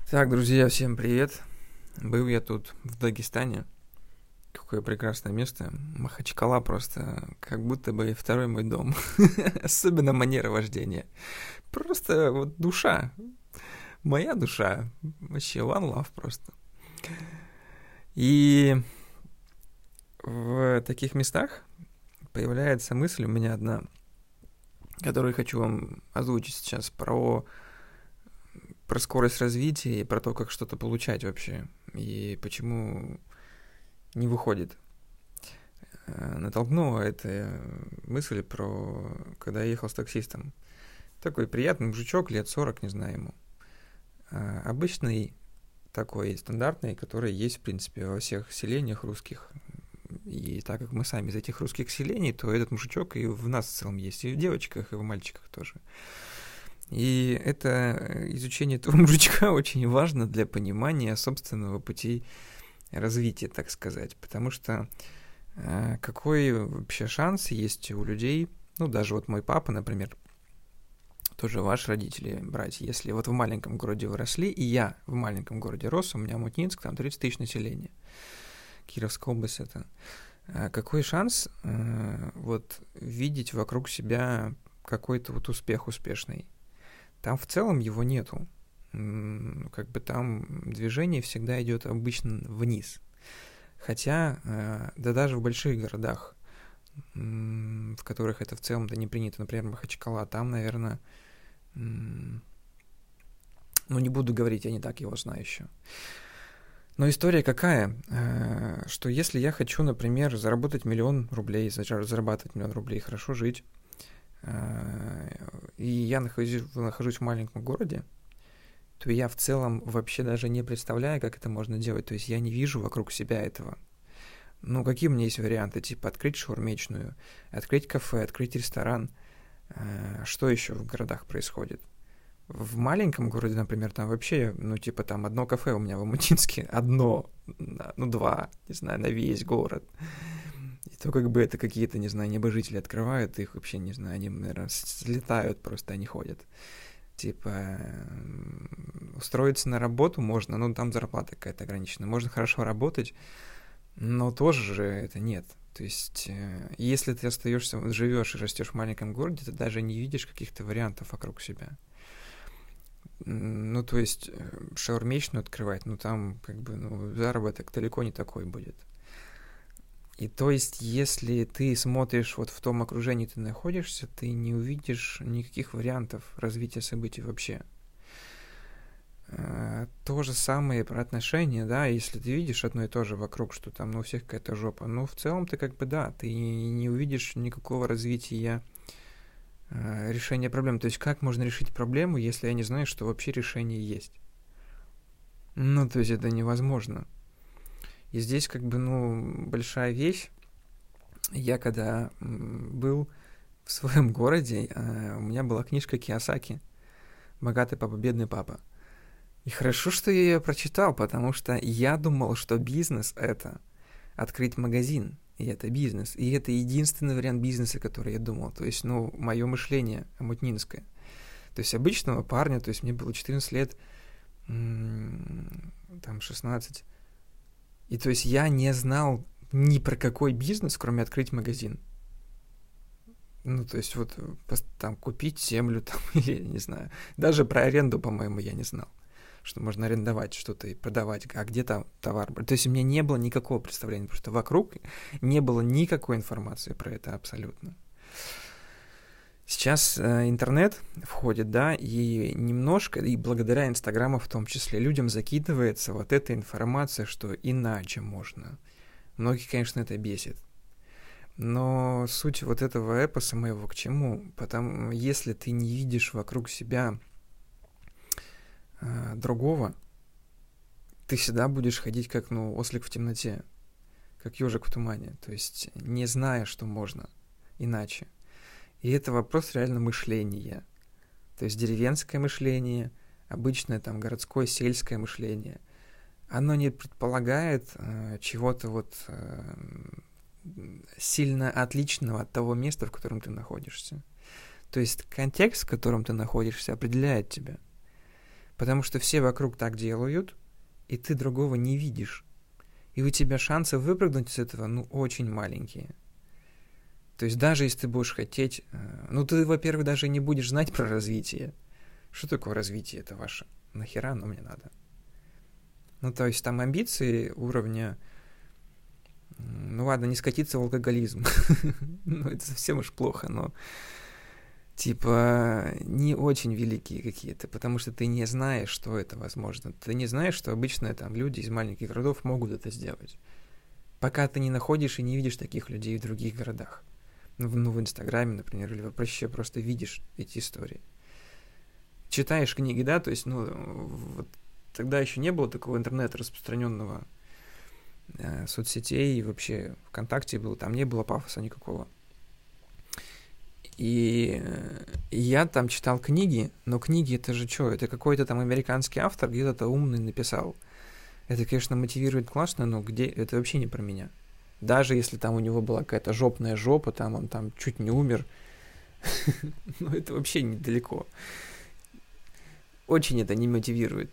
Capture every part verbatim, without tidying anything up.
Так, друзья, всем привет. Был я тут в Дагестане. Какое прекрасное место. Махачкала просто как будто бы второй мой дом. Особенно манера вождения. Просто вот душа. Моя душа. Вообще one love просто. И в таких местах появляется мысль у меня одна, которую хочу вам озвучить сейчас, про про скорость развития и про то, как что-то получать вообще, и почему не выходит. Натолкнула эта мысль про, когда я ехал с таксистом. Такой приятный мужичок, лет сорок, не знаю ему. Обычный такой, стандартный, который есть, в принципе, во всех селениях русских. И так как мы сами из этих русских селений, то этот мужичок и в нас в целом есть, и в девочках, и в мальчиках тоже. И это изучение этого мужичка очень важно для понимания собственного пути развития, так сказать. Потому что э, какой вообще шанс есть у людей, ну, даже вот мой папа, например, тоже ваши родители, братья, если вот в маленьком городе вы росли, и я в маленьком городе рос, у меня Омутнинск, там тридцать тысяч населения, Кировская область это. Э, какой шанс э, вот видеть вокруг себя какой-то вот успех успешный? Там в целом его нету. Как бы там движение всегда идет обычно вниз. Хотя, да даже в больших городах, в которых это в целом-то не принято, например, Махачкала, там, наверное, ну не буду говорить, я не так его знаю еще. Но история какая, что если я хочу, например, заработать миллион рублей, зарабатывать миллион рублей, хорошо жить, и я нахожусь, нахожусь в маленьком городе, то я в целом вообще даже не представляю, как это можно делать. То есть я не вижу вокруг себя этого. Ну, какие у меня есть варианты? Типа открыть шаурмечную, открыть кафе, открыть ресторан. Что еще в городах происходит? В маленьком городе, например, там вообще, ну, типа там одно кафе у меня в Омутинске, одно, ну, два, не знаю, на весь город. И то как бы это какие-то, не знаю, небожители открывают, их вообще, не знаю, они, наверное, слетают просто, они ходят. Типа, устроиться на работу можно, но там зарплата какая-то ограничена. Можно хорошо работать, но тоже же это нет. То есть, если ты остаешься, живешь и растешь в маленьком городе, ты даже не видишь каких-то вариантов вокруг себя. Ну, то есть, шаурмечную открывать, ну, там, как бы, ну, заработок далеко не такой будет. И то есть, если ты смотришь вот в том окружении, ты находишься, ты не увидишь никаких вариантов развития событий вообще. То же самое про отношения, да, если ты видишь одно и то же вокруг, что там, ну, у всех какая-то жопа, ну, в целом ты как бы, да, ты не увидишь никакого развития решения проблем. То есть, как можно решить проблему, если я не знаю, что вообще решение есть? Ну, то есть, это невозможно. И здесь как бы, ну, большая вещь. Я когда был в своем городе, у меня была книжка Кийосаки «Богатый папа, бедный папа». И хорошо, что я ее прочитал, потому что я думал, что бизнес — это открыть магазин, и это бизнес. И это единственный вариант бизнеса, который я думал. То есть, ну, мое мышление омутнинское. То есть обычного парня, то есть мне было четырнадцать лет, там шестнадцать. И то есть я не знал ни про какой бизнес, кроме открыть магазин. Ну, то есть вот там купить землю там, или, не знаю, даже про аренду, по-моему, я не знал, что можно арендовать что-то и продавать, а где там товар. То есть у меня не было никакого представления, потому что вокруг не было никакой информации про это абсолютно. Сейчас э, интернет входит, да, и немножко, и благодаря Инстаграму в том числе, людям закидывается вот эта информация, что иначе можно. Многих, конечно, это бесит. Но суть вот этого эпоса моего к чему? Потому если ты не видишь вокруг себя э, другого, ты всегда будешь ходить как, ну, ослик в темноте, как ежик в тумане, то есть не зная, что можно иначе. И это вопрос реально мышления. То есть деревенское мышление, обычное там городское, сельское мышление, оно не предполагает э, чего-то вот э, сильно отличного от того места, в котором ты находишься. То есть контекст, в котором ты находишься, определяет тебя. Потому что все вокруг так делают, и ты другого не видишь. И у тебя шансы выпрыгнуть из этого, ну, очень маленькие. То есть даже если ты будешь хотеть... Ну, ты, во-первых, даже не будешь знать про развитие. Что такое развитие? Это ваше. Нахера оно мне надо? Ну, то есть там амбиции уровня... Ну, ладно, не скатиться в алкоголизм. Ну, это совсем уж плохо, но... Типа, не очень великие какие-то, потому что ты не знаешь, что это возможно. Ты не знаешь, что обычно там люди из маленьких городов могут это сделать. Пока ты не находишь и не видишь таких людей в других городах. Ну, в, ну, в Инстаграме, например, или вообще просто видишь эти истории. Читаешь книги, да, то есть, ну, вот тогда еще не было такого интернета распространенного, э, соцсетей, и вообще ВКонтакте был, там не было пафоса никакого. И я там читал книги, но книги это же что? Это какой-то там американский автор где-то умный написал. Это, конечно, мотивирует классно, но где это вообще не про меня. Даже если там у него была какая-то жопная жопа, там он там чуть не умер, но это вообще недалеко. Очень это не мотивирует.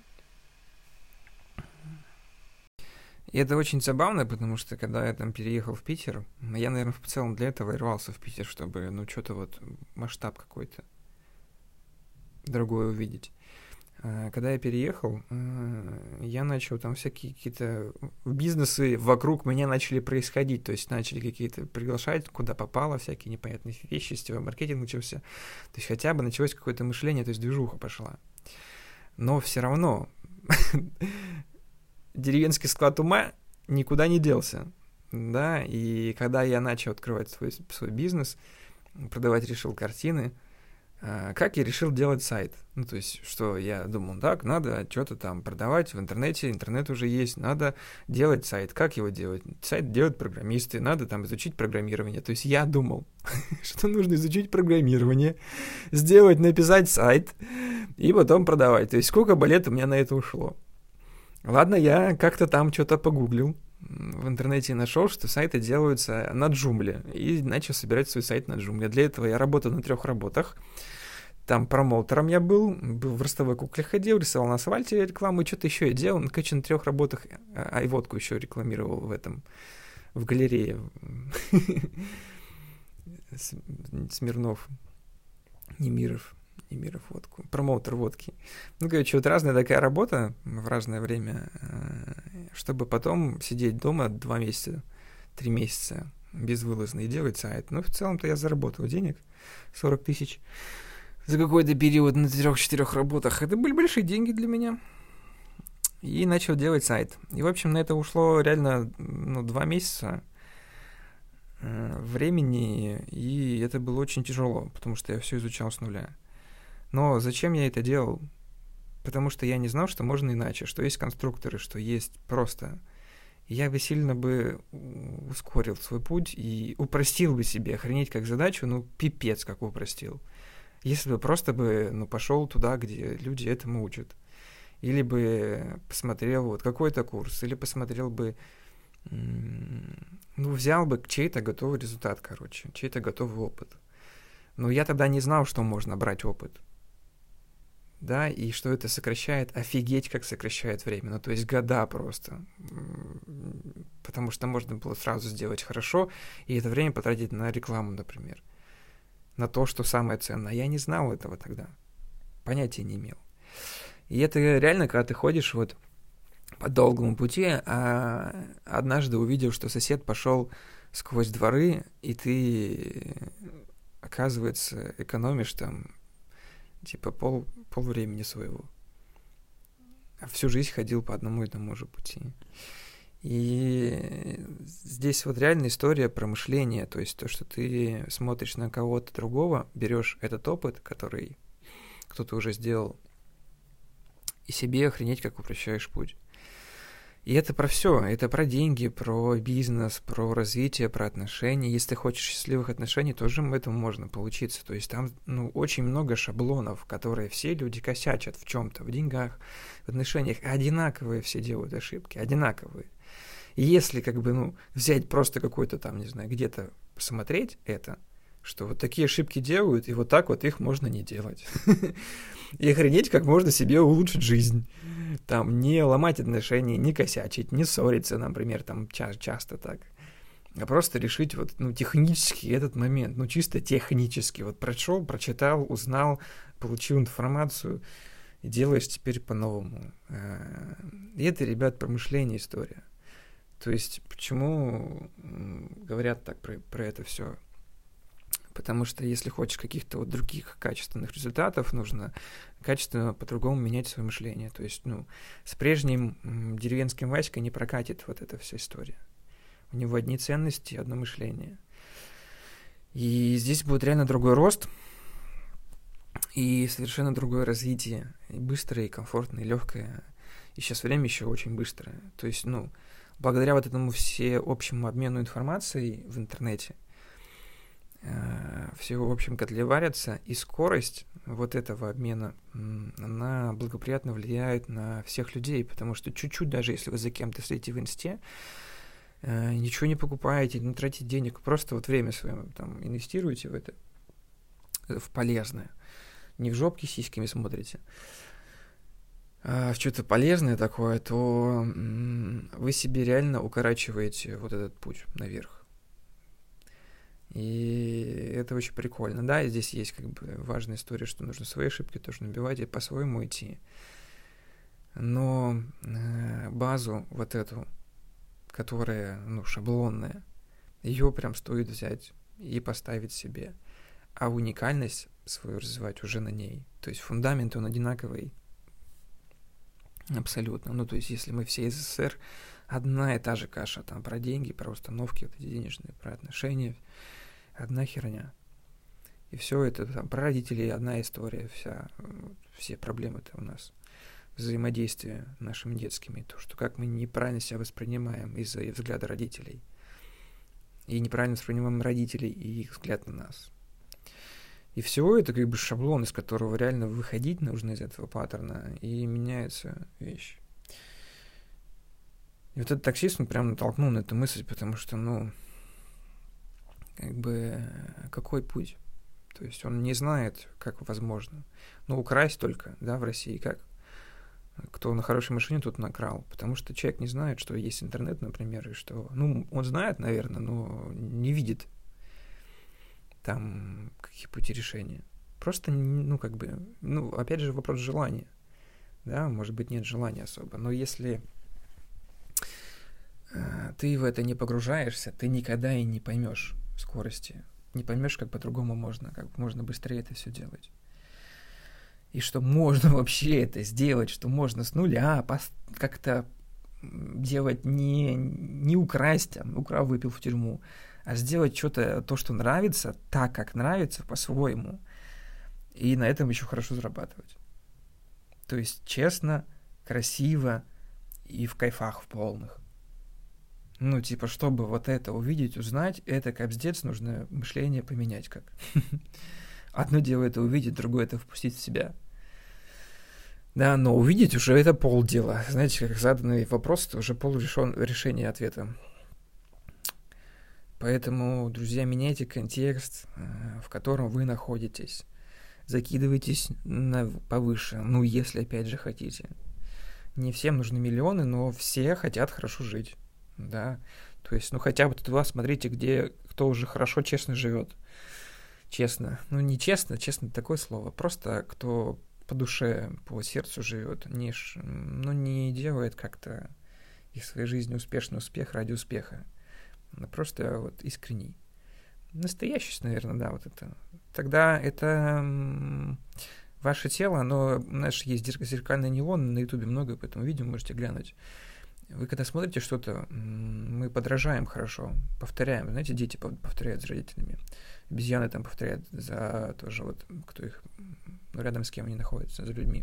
И это очень забавно, потому что когда я там переехал в Питер, я, наверное, в целом для этого и рвался в Питер, чтобы, ну, что-то вот масштаб какой-то другой увидеть. Когда я переехал, я начал там всякие какие-то бизнесы вокруг меня начали происходить, то есть начали какие-то приглашать, куда попало, всякие непонятные вещи, сетевой маркетинг начался, то есть хотя бы началось какое-то мышление, то есть движуха пошла. Но все равно деревенский склад ума никуда не делся, да, и когда я начал открывать свой, свой бизнес, продавать решил картины, как я решил делать сайт? Ну, то есть, что я думал, так, надо что-то там продавать в интернете, интернет уже есть, надо делать сайт. Как его делать? Сайт делают программисты, надо там изучить программирование. То есть я думал, что нужно изучить программирование, сделать, написать сайт и потом продавать. То есть сколько бы лет у меня на это ушло? Ладно, я как-то там что-то погуглил, в интернете нашел, что сайты делаются на Joomla, и начал собирать свой сайт на Joomla. Для этого я работал на трех работах. Там промоутером я был, был в ростовой кукле ходил, рисовал на асфальте рекламу, и что-то еще я делал. Ну, короче, на трех работах, а и водку еще рекламировал в этом, в галерее. Смирнов, Немиров. Немиров водку, промоутер водки. Ну, короче, вот разная такая работа в разное время, чтобы потом сидеть дома два месяца, три месяца безвылазно и делать сайт. Ну, в целом-то я заработал денег, сорок тысяч за какой-то период на трех-четырех работах. Это были большие деньги для меня. И начал делать сайт. И, в общем, на это ушло реально, ну, два месяца времени, и это было очень тяжело, потому что я все изучал с нуля. Но зачем я это делал? Потому что я не знал, что можно иначе, что есть конструкторы, что есть просто. Я бы сильно бы ускорил свой путь и упростил бы себе, охренеть как задачу, ну, пипец как упростил. Если бы просто бы, ну, пошел туда, где люди этому учат. Или бы посмотрел вот какой-то курс, или посмотрел бы, ну, взял бы чей-то готовый результат, короче, чей-то готовый опыт. Но я тогда не знал, что можно брать опыт. Да, и что это сокращает, офигеть, как сокращает время, ну, то есть года просто, потому что можно было сразу сделать хорошо, и это время потратить на рекламу, например, на то, что самое ценное. Я не знал этого тогда, понятия не имел. И это реально, когда ты ходишь вот по долгому пути, а однажды увидел, что сосед пошел сквозь дворы, и ты, оказывается, экономишь там типа пол, пол времени своего. А всю жизнь ходил по одному и тому же пути. И здесь вот реальная история про мышление, то есть то, что ты смотришь на кого-то другого, берешь этот опыт, который кто-то уже сделал, и себе охренеть, как упрощаешь путь. И это про все. Это про деньги, про бизнес, про развитие, про отношения. Если ты хочешь счастливых отношений, тоже в этом можно получиться. То есть там, ну, очень много шаблонов, которые все люди косячат в чем-то, в деньгах, в отношениях. Одинаковые все делают ошибки, одинаковые. И если, как бы, ну, взять просто какой-то там, не знаю, где-то посмотреть это, что вот такие ошибки делают, и вот так вот их можно не делать. И охренеть, как можно себе улучшить жизнь. Там не ломать отношения, не косячить, не ссориться, например, там ча- часто так. А просто решить вот, ну, технически этот момент, ну, чисто технически. Вот прочел, прочитал, узнал, получил информацию и делаешь теперь по-новому. И это, ребят, про мышление история. То есть почему говорят так про, про это все? Потому что если хочешь каких-то вот других качественных результатов, нужно качественно по-другому менять свое мышление. То есть, ну, с прежним м, деревенским Васькой не прокатит вот эта вся история. У него одни ценности, одно мышление. И здесь будет реально другой рост, и совершенно другое развитие. И быстрое, и комфортное, и легкое. И сейчас время еще очень быстрое. То есть, ну, благодаря вот этому всеобщему обмену информацией в интернете, все в общем котле варятся, и скорость вот этого обмена, она благоприятно влияет на всех людей, потому что чуть-чуть, даже если вы за кем-то стоите в инсте, ничего не покупаете, не тратите денег, просто вот время свое там инвестируете в это, в полезное. Не в жопки сиськами смотрите, а в что-то полезное такое, то вы себе реально укорачиваете вот этот путь наверх. И это очень прикольно. Да, и здесь есть как бы важная история, что нужно свои ошибки тоже набивать и по-своему идти. Но э, базу вот эту, которая, ну, шаблонная, ее прям стоит взять и поставить себе. А уникальность свою развивать уже на ней. То есть фундамент, он одинаковый абсолютно. Ну, то есть если мы все из СССР, одна и та же каша, там, про деньги, про установки вот эти денежные, про отношения, одна херня. И все это там, про родителей одна история, вся, все проблемы-то у нас. Взаимодействие нашими детскими, то, что как мы неправильно себя воспринимаем из-за взгляда родителей. И неправильно воспринимаем родителей и их взгляд на нас. И все это как бы шаблон, из которого реально выходить нужно из этого паттерна, и меняется вещь. И вот этот таксист, он прям натолкнул на эту мысль, потому что, ну, как бы, какой путь? То есть он не знает, как возможно. Ну, украсть только, да, в России, как? Кто на хорошей машине, тут накрал. Потому что человек не знает, что есть интернет, например, и что... Ну, он знает, наверное, но не видит там какие пути решения. Просто, ну, как бы... Ну, опять же, вопрос желания. Да, может быть, нет желания особо. Но если э, ты в это не погружаешься, ты никогда и не поймешь скорости. Не поймешь, как по-другому можно, как можно быстрее это все делать. И что можно вообще это сделать, что можно с нуля как-то делать, не, не украсть, там, украл, выпил в тюрьму, а сделать что-то, то, что нравится, так, как нравится, по-своему. И на этом еще хорошо зарабатывать. То есть честно, красиво и в кайфах в полных. Ну, типа, чтобы вот это увидеть, узнать, это капздец, нужно мышление поменять как. Одно дело это увидеть, другое это впустить в себя. Да, но увидеть уже это полдела. Знаете, как заданный вопрос, это уже пол решен, решения ответа. Поэтому, друзья, меняйте контекст, в котором вы находитесь. Закидывайтесь на повыше, ну, если опять же хотите. Не всем нужны миллионы, но все хотят хорошо жить. Да, то есть, ну, хотя бы туда смотрите, где кто уже хорошо, честно живет. Честно. Ну, не честно, честно такое слово. Просто кто по душе, по сердцу живет. Не, ну, не делает как-то из своей жизни успешный успех ради успеха. А просто вот искренний. Настоящесть, наверное, да, вот это. Тогда это м- ваше тело, оно, знаешь, есть зеркальный неон, на ютубе много, поэтому видео можете глянуть. Вы когда смотрите что-то, мы подражаем хорошо, повторяем. Знаете, дети повторяют за родителями. Обезьяны там повторяют за тоже вот, кто их, ну, рядом с кем они находятся, за людьми.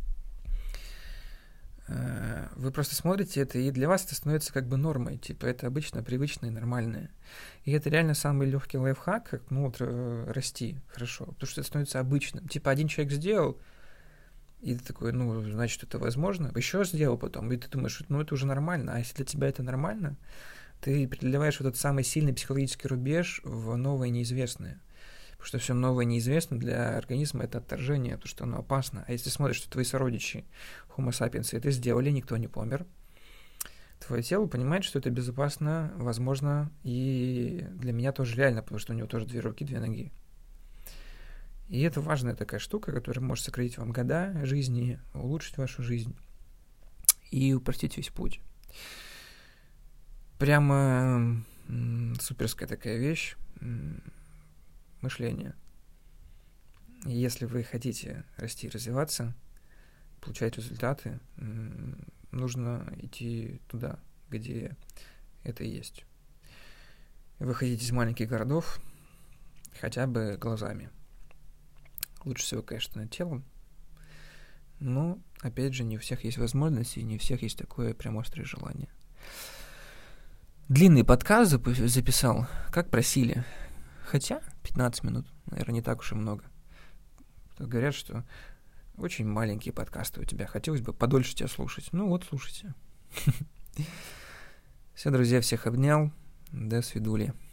Вы просто смотрите это, и для вас это становится как бы нормой. Типа это обычно, привычное, нормальное. И это реально самый легкий лайфхак, как, ну, вот, расти хорошо. Потому что это становится обычным. Типа один человек сделал, и ты такой, ну, значит, это возможно. Еще сделал потом, и ты думаешь, ну, это уже нормально. А если для тебя это нормально, ты преодолеваешь вот этот самый сильный психологический рубеж в новое неизвестное. Потому что все новое неизвестно для организма — это отторжение, потому что оно опасно. А если смотришь, что твои сородичи Homo sapiens это сделали, никто не помер, твое тело понимает, что это безопасно, возможно, и для меня тоже реально, потому что у него тоже две руки, две ноги. И это важная такая штука, которая может сократить вам года жизни, улучшить вашу жизнь и упростить весь путь. Прямо м, суперская такая вещь м, — мышление. И если вы хотите расти и развиваться, получать результаты, м, нужно идти туда, где это есть. Выходить из маленьких городов хотя бы глазами. Лучше всего, конечно, над телом. Но, опять же, не у всех есть возможности, и не у всех есть такое прям острое желание. Длинный подкаст зап- записал, как просили. Хотя пятнадцать минут, наверное, не так уж и много. Говорят, что очень маленькие подкасты у тебя. Хотелось бы подольше тебя слушать. Ну вот, слушайте. Все, друзья, всех обнял. До свидули.